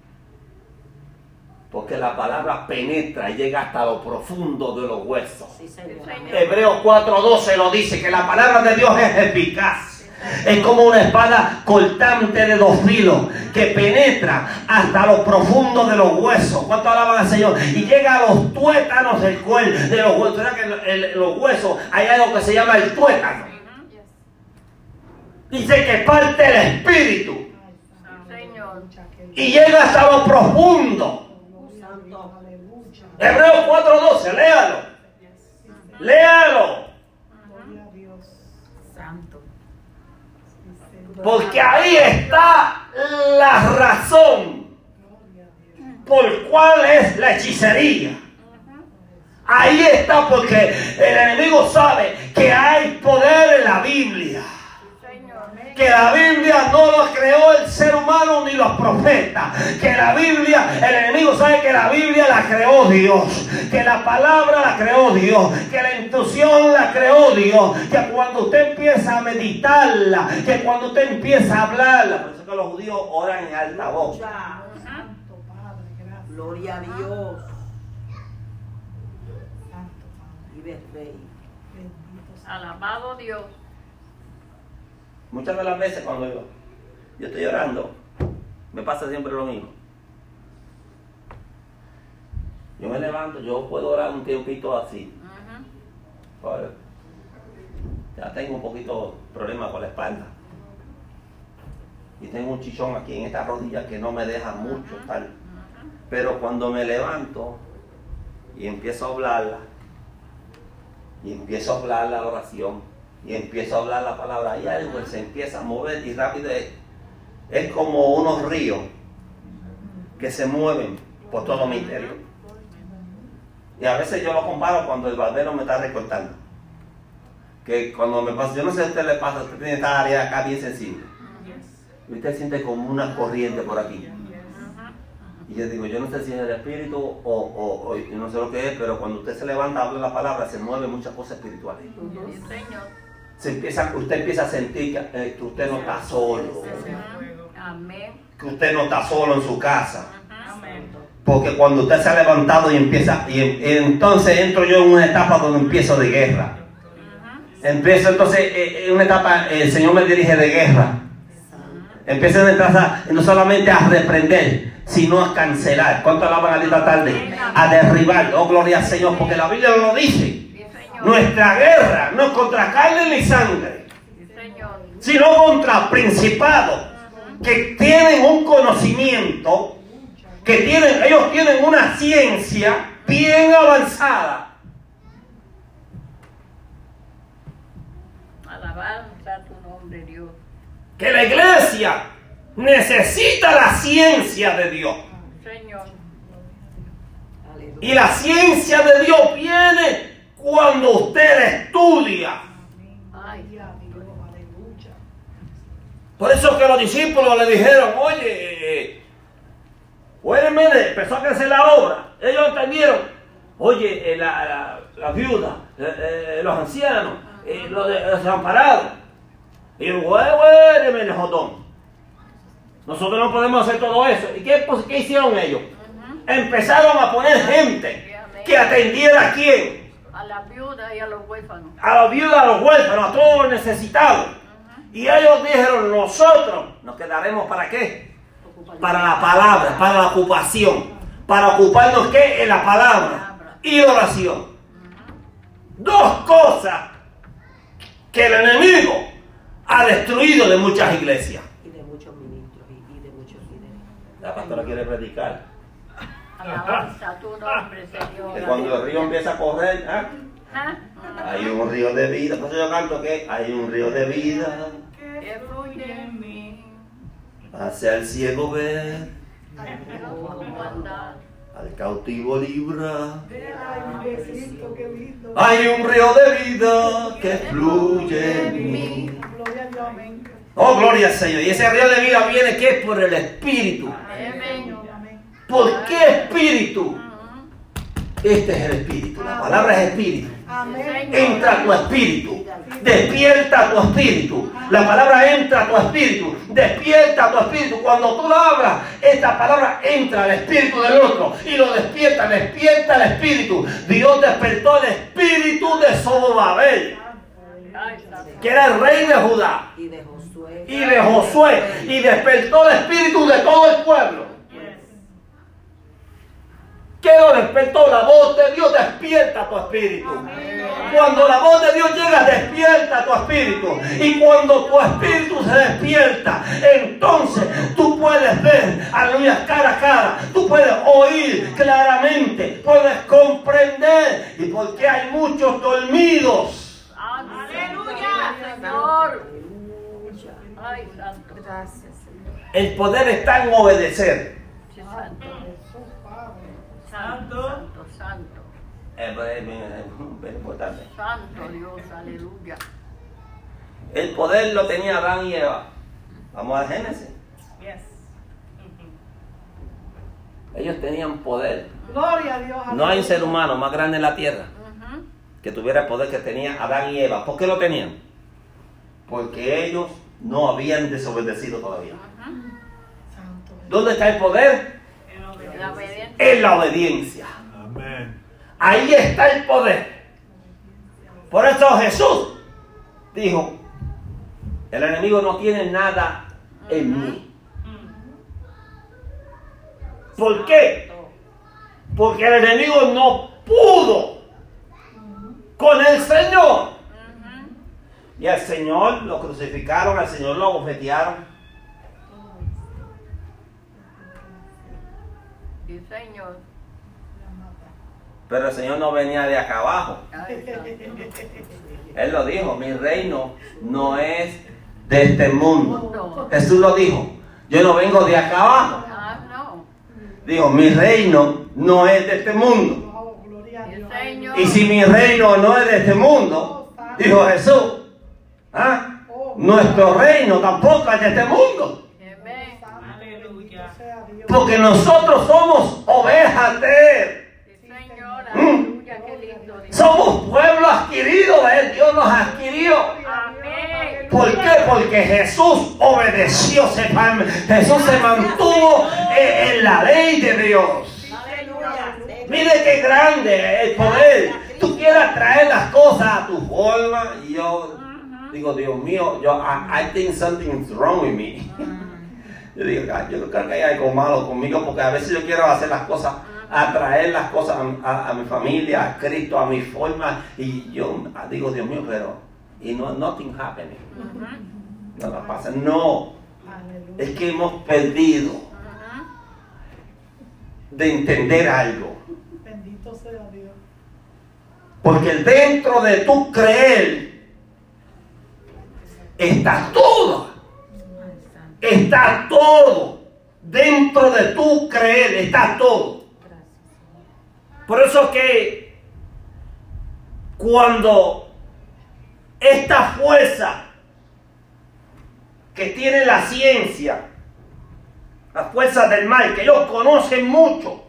Porque la palabra penetra y llega hasta lo profundo de los huesos. sí, Señor, amén. Hebreos cuatro doce lo dice, que la palabra de Dios es eficaz. Es como una espada cortante de dos filos, que penetra hasta lo profundo de los huesos. ¿Cuánto alaban al Señor? Y llega a los tuétanos del cuerpo, de los huesos. ¿Sabes que en, en los huesos hay algo que se llama el tuétano? Dice que parte el espíritu. Señor. Y llega hasta lo profundo. Hebreos cuatro doce, léalo. Léalo. Porque ahí está la razón por cuál es la hechicería. Ahí está, porque el enemigo sabe que hay poder en la Biblia. Que la Biblia no lo creó el ser humano ni los profetas. Que la Biblia, el enemigo sabe que la Biblia la creó Dios. Que la palabra la creó Dios. Que la instrucción la creó Dios. Que cuando usted empieza a meditarla, que cuando usted empieza a hablarla, por eso que los judíos oran en alta voz. Santo Padre, gracias. Gloria a Dios. Santo Padre. Vive el Rey. Alabado Dios. Muchas de las veces cuando yo, yo estoy orando, me pasa siempre lo mismo. Yo me levanto, yo puedo orar un tiempito así. Uh-huh. Pues, ya tengo un poquito de problema con la espalda. Y tengo un chichón aquí en esta rodilla que no me deja mucho uh-huh. tal. Uh-huh. Pero cuando me levanto y empiezo a hablarla, y empiezo a hablar la oración, y empiezo a hablar la palabra, y algo se empieza a mover y rápido es, es como unos ríos que se mueven por todo mi interior. Y a veces yo lo comparo cuando el barbero me está recortando. Que cuando me pasa, yo no sé si a usted le pasa, usted tiene esta área acá bien sensible. Y usted siente como una corriente por aquí. Y yo digo, yo no sé si es el espíritu o, o, o no sé lo que es, pero cuando usted se levanta, habla la palabra, se mueven muchas cosas espirituales. Sí, Señor. Se empieza, usted empieza a sentir que, eh, que usted no está solo. Amén. Que usted no está solo en su casa. Amén. Porque cuando usted se ha levantado y empieza, y, y entonces entro yo en una etapa donde empiezo de guerra. Empiezo entonces eh, en una etapa, el Señor me dirige de guerra. Empiezo a entrar no solamente a reprender, sino a cancelar. ¿Cuánto alaban a esta tarde? A derribar. Oh, gloria al Señor, porque la Biblia lo dice. Nuestra guerra no es contra carne ni sangre, sino contra principados que tienen un conocimiento, que tienen, ellos tienen una ciencia bien avanzada. Alabanza a tu nombre, Dios. Que la iglesia necesita la ciencia de Dios. Señor. Y la ciencia de Dios viene cuando usted estudia. Ay, por eso que los discípulos le dijeron, oye, Oye, empezó a crecer la obra. Ellos entendieron, oye, la, la, la viuda, eh, eh, los ancianos, eh, los, de, los desamparados. Y yo, güey, güey, jodón. Nosotros no podemos hacer todo eso. ¿Y qué, pues, qué hicieron ellos? Uh-huh. Empezaron a poner gente que atendiera a quién. A la viuda y a los huérfanos. A la viuda, a los huérfanos, a todos los necesitados. Uh-huh. Y ellos dijeron, nosotros nos quedaremos ¿para qué? Para la palabra, para la ocupación. Para ocuparnos ¿qué? En la palabra y oración. Uh-huh. Dos cosas que el enemigo ha destruido de muchas iglesias. Y de muchos ministros y, y de muchos líderes. La pastora quiere predicar. Alabanza tu nombre, Señor. Que cuando el río empieza a correr, ¿eh? ¿Ah? Hay un río de vida. Por eso yo canto que hay un río de vida que fluye en mí. Hace al ciego ver, al cautivo libra. Hay un río de vida que fluye en mí. Oh, gloria al Señor. Y ese río de vida viene ¿qué? Por el Espíritu. ¿Por qué Espíritu? Este es el Espíritu. La palabra es Espíritu. Entra a tu espíritu. Despierta tu espíritu. La palabra entra a tu espíritu. Despierta tu espíritu. Cuando tú la hablas, esta palabra entra al espíritu del otro y lo despierta. Despierta el espíritu. Dios despertó el espíritu de Zorobabel, que era el rey de Judá. Y de Josué. y de Josué, y despertó el espíritu de todo el pueblo. ¿Qué lo despertó? La voz de Dios despierta tu espíritu. Cuando la voz de Dios llega, despierta tu espíritu. Y cuando tu espíritu se despierta, entonces tú puedes ver, aleluya, cara a cara. Tú puedes oír claramente, puedes comprender. ¿Y por qué hay muchos dormidos? Aleluya, Señor. Ay, santo. Gracias, Señor. El poder está en obedecer. Sí, santo. Santo. Santo, santo. Es, es- es- es importante. Santo Dios, aleluya. El poder lo tenía Adán y Eva. Vamos a Génesis. Yes. Ellos tenían poder. Gloria a Dios. No hay un ser humano más grande en la tierra Ujú. que tuviera el poder que tenía Adán y Eva. ¿Por qué lo tenían? Porque ellos no habían desobedecido todavía. Santo. ¿Dónde está el poder? La obediencia. En la obediencia. Amén. Ahí está el poder. Por eso Jesús dijo, el enemigo no tiene nada en mí. ¿Por qué? Porque el enemigo no pudo con el Señor. Ujú. Y al Señor lo crucificaron, al Señor lo abofetearon. Sí, Señor. Pero el Señor no venía de acá abajo. Ay, santo. Él lo dijo, mi reino no es de este mundo. No. Jesús lo dijo, yo no vengo de acá abajo. Ah, no. Dijo, mi reino no es de este mundo. Oh, gloria a Sí, Dios. Señor. Y si mi reino no es de este mundo, dijo Jesús, ¿ah? Nuestro reino tampoco es de este mundo. Amén. Aleluya. Sea Dios. Porque nosotros somos ovejas de Él. Sí, Señor, aleluya, qué lindo Dios. Somos pueblo adquirido de Él. Dios nos adquirió. Amén. ¿Por qué? Porque Jesús obedeció, se, man- Jesús se mantuvo en, en la ley de Dios. Aleluya. Mire qué grande el poder. Tú quieras traer las cosas a tu forma y yo digo, Dios mío, yo, I, I think something's wrong with me. Yo digo, "Ah, yo creo que hay algo malo conmigo porque a veces yo quiero hacer las cosas, atraer las cosas a, a- a mi familia, a Cristo, a mi forma y yo digo, Dios mío, pero y no, nothing happening. Nada pasa. No, Aleluya. es que hemos perdido de entender algo. Bendito sea Dios. Porque dentro de tu creer está todo. Está todo. Dentro de tu creer está todo. Por eso que cuando esta fuerza que tiene la ciencia, las fuerzas del mal, que ellos conocen mucho,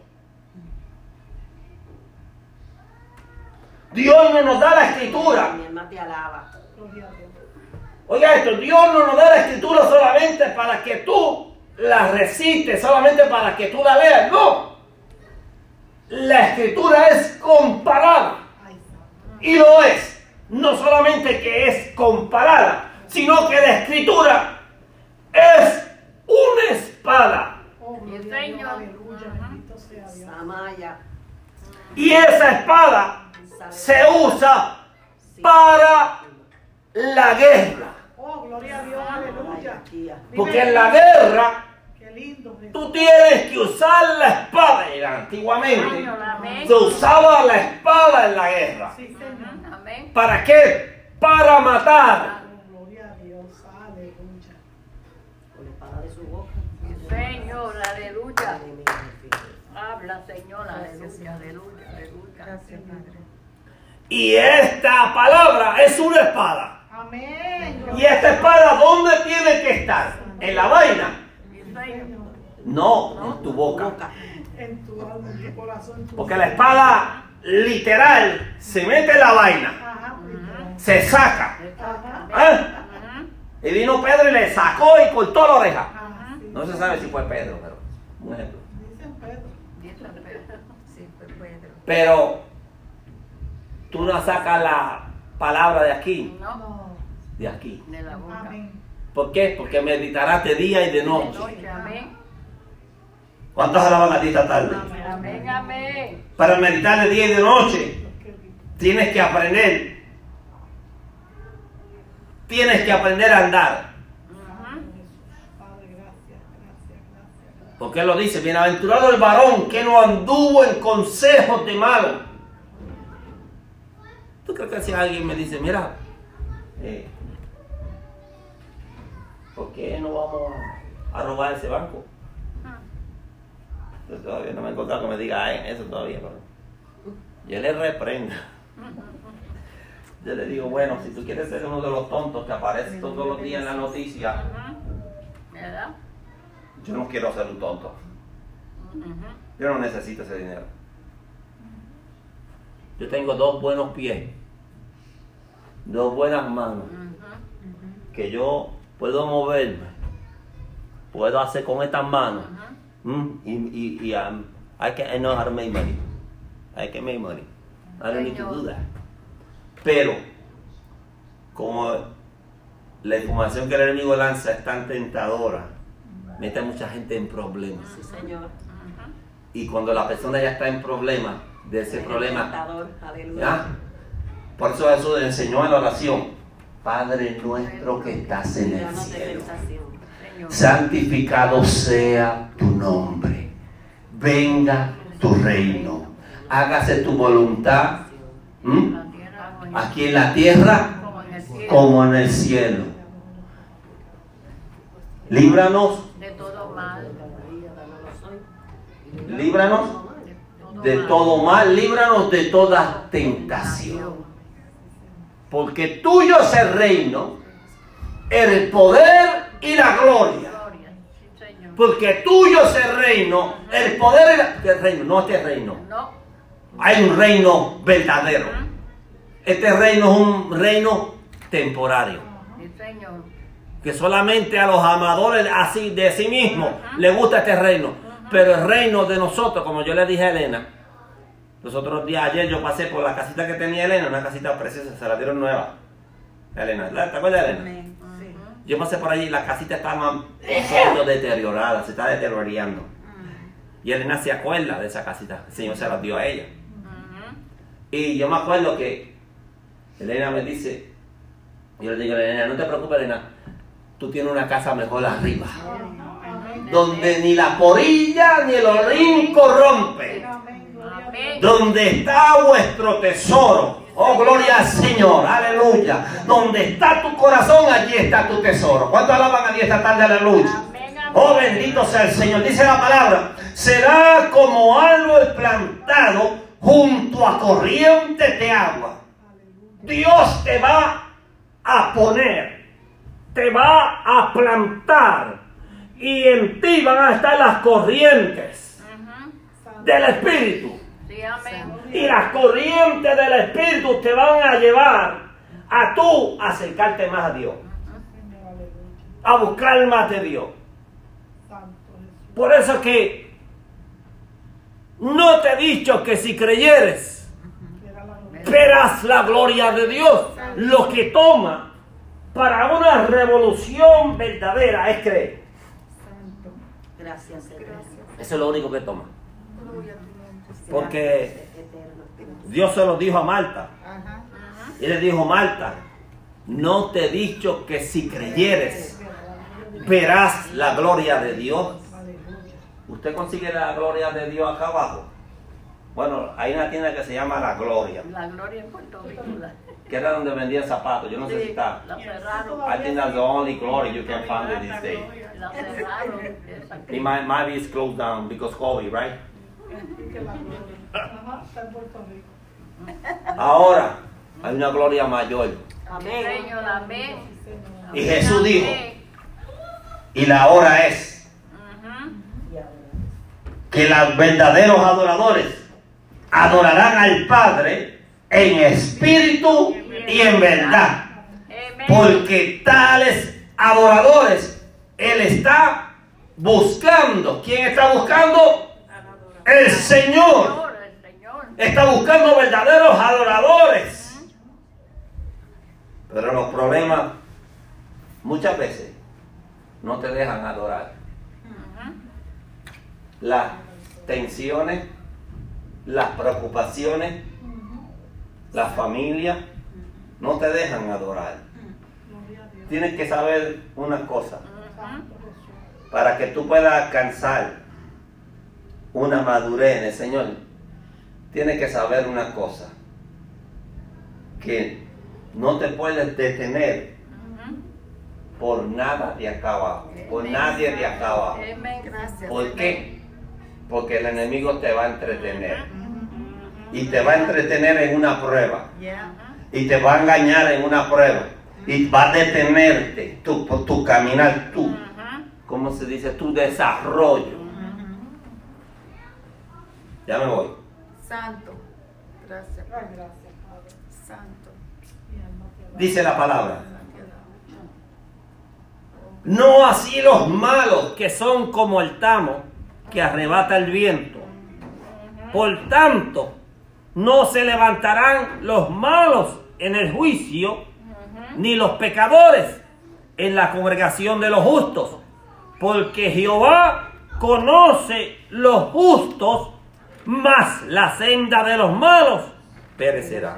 Dios no nos da la escritura. Mi alma te alaba. Gloria a Dios. Oiga esto, Dios no nos da la escritura solamente para que tú la recites, solamente para que tú la leas. No. La escritura es comparada. Ay, santo. Y lo es. No solamente que es comparada, sino que la escritura es una espada. Oh, gloria a Dios. Señor. Aleluya. Bendito sea Dios. Samaya. Y esa espada se usa para la guerra. Oh, gloria a Dios. Aleluya. Porque en la guerra Qué lindo. Jesús. tú tienes que usar la espada. Era antiguamente Señor, amén. se usaba la espada en la guerra. Sí, Señor. Amén. ¿Para qué? Para matar. Oh, gloria a Dios. Aleluya. Con la espada de su boca. Señor, aleluya. Enemigo, Habla, Señor, aleluya, aleluya, aleluya. Gracias, Padre. Y esta palabra es una espada. Amén. ¿Y esta espada dónde tiene que estar? ¿En la vaina? Sí, Señor. No, en tu boca. En tu alma, en tu corazón, en tu Porque la espada literal se mete en la vaina, Ajá, literal. se saca. Ajá. ¿Ah? Y vino Pedro y le sacó y cortó la oreja. Ajá, sí. No se sabe si fue Pedro, pero un ejemplo. Dicen Pedro. Dice Pedro. Sí, fue Pedro. Pero tú no sacas la palabra de aquí, No, No. de aquí. de la boca. Amén. ¿Por qué? Porque meditarás de día y de noche. Noche, amén. ¿Cuántos alaban a ti esta tarde? Amén, amén. Para meditar de día y de noche, tienes que aprender. Tienes que aprender a andar. Padre, gracias, gracias, gracias. Porque él lo dice, bienaventurado el varón que no anduvo en consejos de malo. ¿Tú crees que si alguien me dice, mira, eh, ¿por qué no vamos a, a robar ese banco? Yo todavía no me he encontrado que me diga eh, eso todavía, pero yo le reprendo. Yo le digo, bueno, si tú quieres ser uno de los tontos que aparece todos los días en la noticia, ¿verdad? yo no quiero ser un tonto. Yo no necesito ese dinero. Yo tengo dos buenos pies, dos buenas manos, que yo puedo moverme, puedo hacer con estas manos. Mm, y y, y um, I, can, I know how to make money. I can make money. I don't need to do that. Pero, como la información que el enemigo lanza es tan tentadora, mete a mucha gente en problemas. Sí, Señor. Y cuando la persona ya está en problemas, de ese problema, ¿ya? Por eso Jesús enseñó en la oración, Padre nuestro que estás en el cielo, santificado sea tu nombre, venga tu reino, hágase tu voluntad, ¿m? aquí en la tierra como en el cielo. Líbranos de todo mal. Líbranos de todo mal, líbranos de toda tentación. Porque tuyo es el reino, el poder y la gloria. Porque tuyo es el reino, el poder y la... El reino, no este reino. Hay un reino verdadero. Este reino es un reino temporario. Que solamente a los amadores así de sí mismos les gusta este reino. Pero el reino de nosotros, como yo le dije a Elena, los otros días, ayer yo pasé por la casita que tenía Elena, una casita preciosa, se la dieron nueva. Elena, ¿te acuerdas de Elena? Sí. Yo pasé por allí y la casita estaba un poco deteriorada, se está deteriorando. Y Elena se acuerda de esa casita, el Señor se la dio a ella. Y yo me acuerdo que Elena me dice, yo le digo a Elena, no te preocupes Elena, tú tienes una casa mejor arriba. Donde ni la porilla ni el orín corrompe. Donde está vuestro tesoro. Oh, gloria al Señor, aleluya. Donde está tu corazón, allí está tu tesoro. ¿Cuánto alaban a Dios esta tarde? Aleluya. Oh, bendito sea el Señor. Dice la palabra, será como árbol plantado junto a corrientes de agua. Dios te va a poner, te va a plantar. Y en ti van a estar las corrientes uh-huh. del Espíritu. Sí, amén. Y las corrientes del Espíritu te van a llevar a tú acercarte más a Dios. Uh-huh. A buscar más de Dios. Por eso que no te he dicho que si creyeres, uh-huh. verás la gloria de Dios. Uh-huh. Lo que toma para una revolución verdadera es creer. Gracias, Señor. Eso es lo único que toma. Porque Dios se lo dijo a Marta. Y le dijo, Marta, no te he dicho que si creyeres verás la gloria de Dios. ¿Usted consigue la gloria de Dios acá abajo? Bueno, hay una tienda que se llama La Gloria. La Gloria en Puerto Rico. Que era donde vendían zapatos. Yo no sé si está. La cerraron. I think that's the only glory you can find in this day. La cerraron. It might, might be closed down because COVID, right? Ahora hay una gloria mayor. Amén. Señor, amén. Y Jesús dijo, y la hora es que los verdaderos adoradores adorarán al Padre en espíritu y en verdad. Porque tales adoradores Él está buscando. ¿Quién está buscando? El Señor. Está buscando verdaderos adoradores. Pero los problemas muchas veces no te dejan adorar. Las tensiones, las preocupaciones, la familia, no te dejan adorar. Tienes que saber una cosa. Para que tú puedas alcanzar una madurez en el Señor, tienes que saber una cosa. Que no te puedes detener por nada de acá abajo. Por nadie de acá abajo. ¿Por qué? Porque el enemigo te va a entretener. Y te va a entretener en una prueba. Y te va a engañar en una prueba. Y va a detenerte tu, tu caminar, tú. ¿Cómo se dice? Tu desarrollo. Ya me voy. Santo. Gracias. Gracias, Padre. Santo. Dice la palabra. No así los malos, que son como el tamo que arrebata el viento. Por tanto, no se levantarán los malos en el juicio, ni los pecadores en la congregación de los justos. Porque Jehová conoce los justos, mas la senda de los malos perecerá.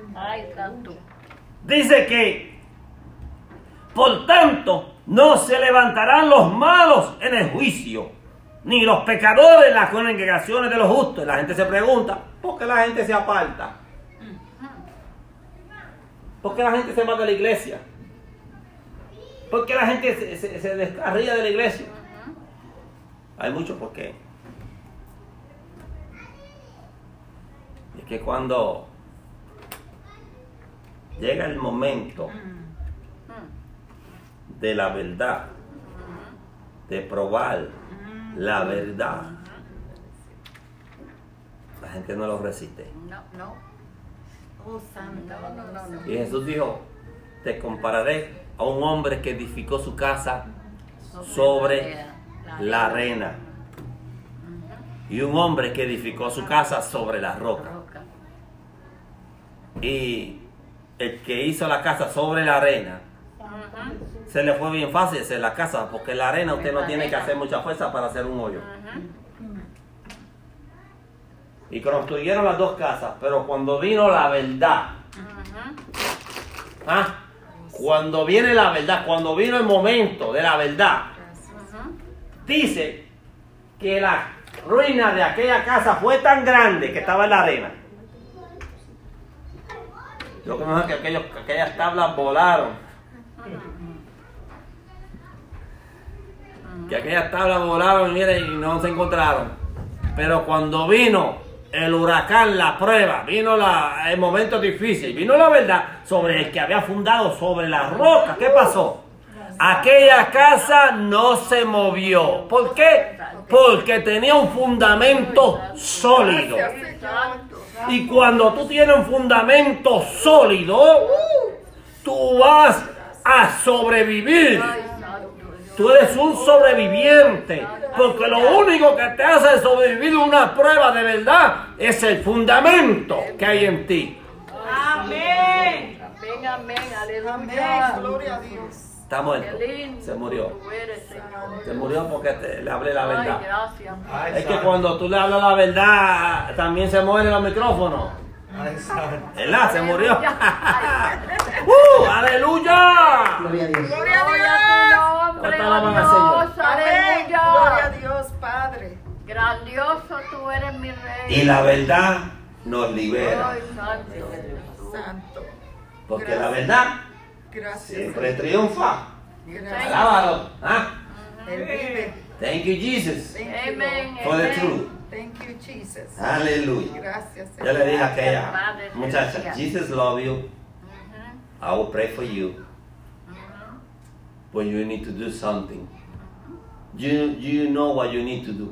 Dice que, por tanto, no se levantarán los malos en el juicio, ni los pecadores en las congregaciones de los justos. La gente se pregunta, ¿por qué la gente se aparta? ¿Por qué la gente se va de la iglesia? ¿Por qué la gente se, se, se descarría de la iglesia? Hay mucho por qué. Es que cuando llega el momento de la verdad, de probar la verdad, la gente no lo resiste. No, no. Oh, santo. No, no, no. Y Jesús dijo, te compararé a un hombre que edificó su casa sobre la arena. Y un hombre que edificó su casa sobre la roca. Y el que hizo la casa sobre la arena, se le fue bien fácil hacer la casa, porque la arena usted no tiene que hacer mucha fuerza para hacer un hoyo. Y construyeron las dos casas, pero cuando vino la verdad, ¿ah? Cuando viene la verdad, cuando vino el momento de la verdad, dice que la ruina de aquella casa fue tan grande que estaba en la arena. Yo creo que aquellos, aquellas tablas volaron. Que aquellas tablas volaron, mire, y no se encontraron. Pero cuando vino el huracán, la prueba, vino la, el momento difícil, vino la verdad sobre el que había fundado sobre la roca. ¿Qué pasó? Aquella casa no se movió. ¿Por qué? Porque tenía un fundamento sólido. Y cuando tú tienes un fundamento sólido, tú vas a sobrevivir. Tú eres un sobreviviente, porque lo único que te hace sobrevivir una prueba de verdad es el fundamento que hay en ti. Amén. Amén, amén, aleluya. Gloria a Dios. Está muerto. Se murió. Se murió porque te, le hablé la verdad. Ay, gracias. Ay, Es que santo. cuando tú le hablas la verdad, también se mueren los micrófonos. Ay, santo. ¿Verdad? Se murió. ¡Uh! ¡Aleluya! Gloria a Dios. Gloria a Gloria a tu Dios. nombre, Cuánta alabanza, oh Señor. Dios, Amén. Gloria a aleluya. Dios, Padre. Grandioso tú eres mi rey. Y la verdad nos libera. Ay, santo Jesús. Santo. Porque la verdad Gracias. siempre triunfa. Gracias. Alábalo. ¿Ah? Él vive. Thank you, Jesus, Thank you, Amén. Lord. for the Amén. truth. Thank you, Jesus. Aleluya. Gracias, Yo le dije a aquella Padre muchacha, celestial. Jesus love you. I will pray for you. But you need to do something. You, you know what you need to do.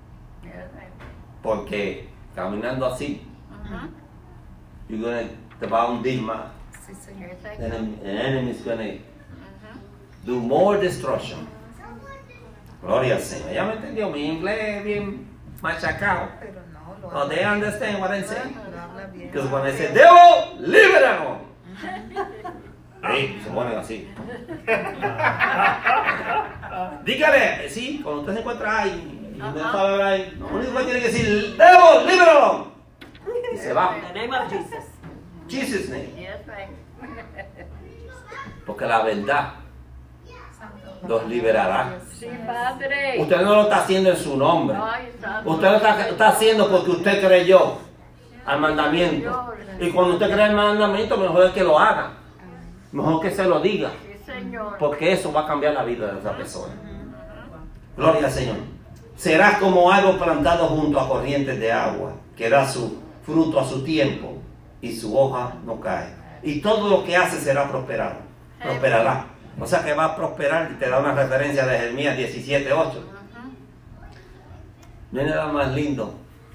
Porque caminando así, you're gonna, te va a hundir más. Sí, Señor. The enemy, the enemy is gonna do more destruction. Gloria al Señor. Ya me entendió, mi inglés es bien machacado. Pero no, lo Oh, they habla, understand what I'm saying. lo habla bien. Because when I say devil, leave it alone. Hey, se ponen así. Dígale, sí, cuando usted se encuentra ahí, y usted sabe hablar ahí, lo único que tiene que decir, devil, leave it alone. Y se va. In the name of Jesus. Jesus' name. Yes, ma'am. Porque la verdad los liberará. Sí, Padre. Usted no lo está haciendo en su nombre. Ay, santo. Usted lo está, está haciendo porque usted creyó al mandamiento. Y cuando usted cree el mandamiento, mejor es que lo haga. Mejor que se lo diga. Sí, Señor. Porque eso va a cambiar la vida de esa persona. Gloria al Señor. Serás como árbol plantado junto a corrientes de agua, que da su fruto a su tiempo y su hoja no cae. Y todo lo que hace será prosperado. Prosperará. O sea que va a prosperar, y te da una referencia de Jeremías diecisiete ocho. No hay nada más lindo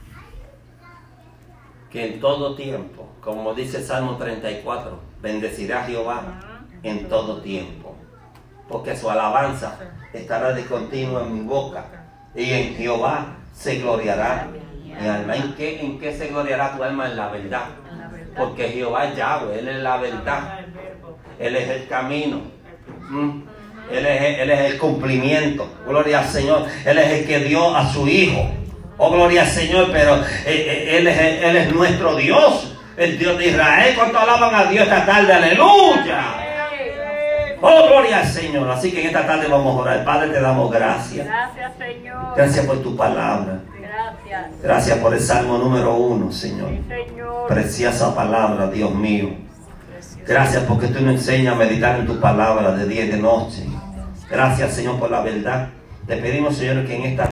que en todo tiempo, como dice el Salmo treinta y cuatro, bendecirá a Jehová en todo tiempo, porque su alabanza estará de continuo en mi boca, y en Jehová se gloriará mi alma. ¿En qué, en qué se gloriará tu alma? En la verdad, porque Jehová es Yahweh, Él es la verdad, Él es el camino. ¿Mm? Él es, él es el cumplimiento. Gloria al Señor. Él es el que dio a su Hijo. Oh, gloria al Señor. Pero él, él, es, él es nuestro Dios, el Dios de Israel. ¿Cuánto alaban a Dios esta tarde? Aleluya. Oh, gloria al Señor. Así que en esta tarde vamos a orar. Padre, te damos gracias. Gracias, Señor. Gracias por tu palabra. Gracias. Gracias por el Salmo número uno, Señor. Sí, Señor. Preciosa palabra, Dios mío. Gracias porque tú nos enseñas a meditar en tu palabra de día y de noche. Gracias, Señor, por la verdad. Te pedimos, Señor, que en esta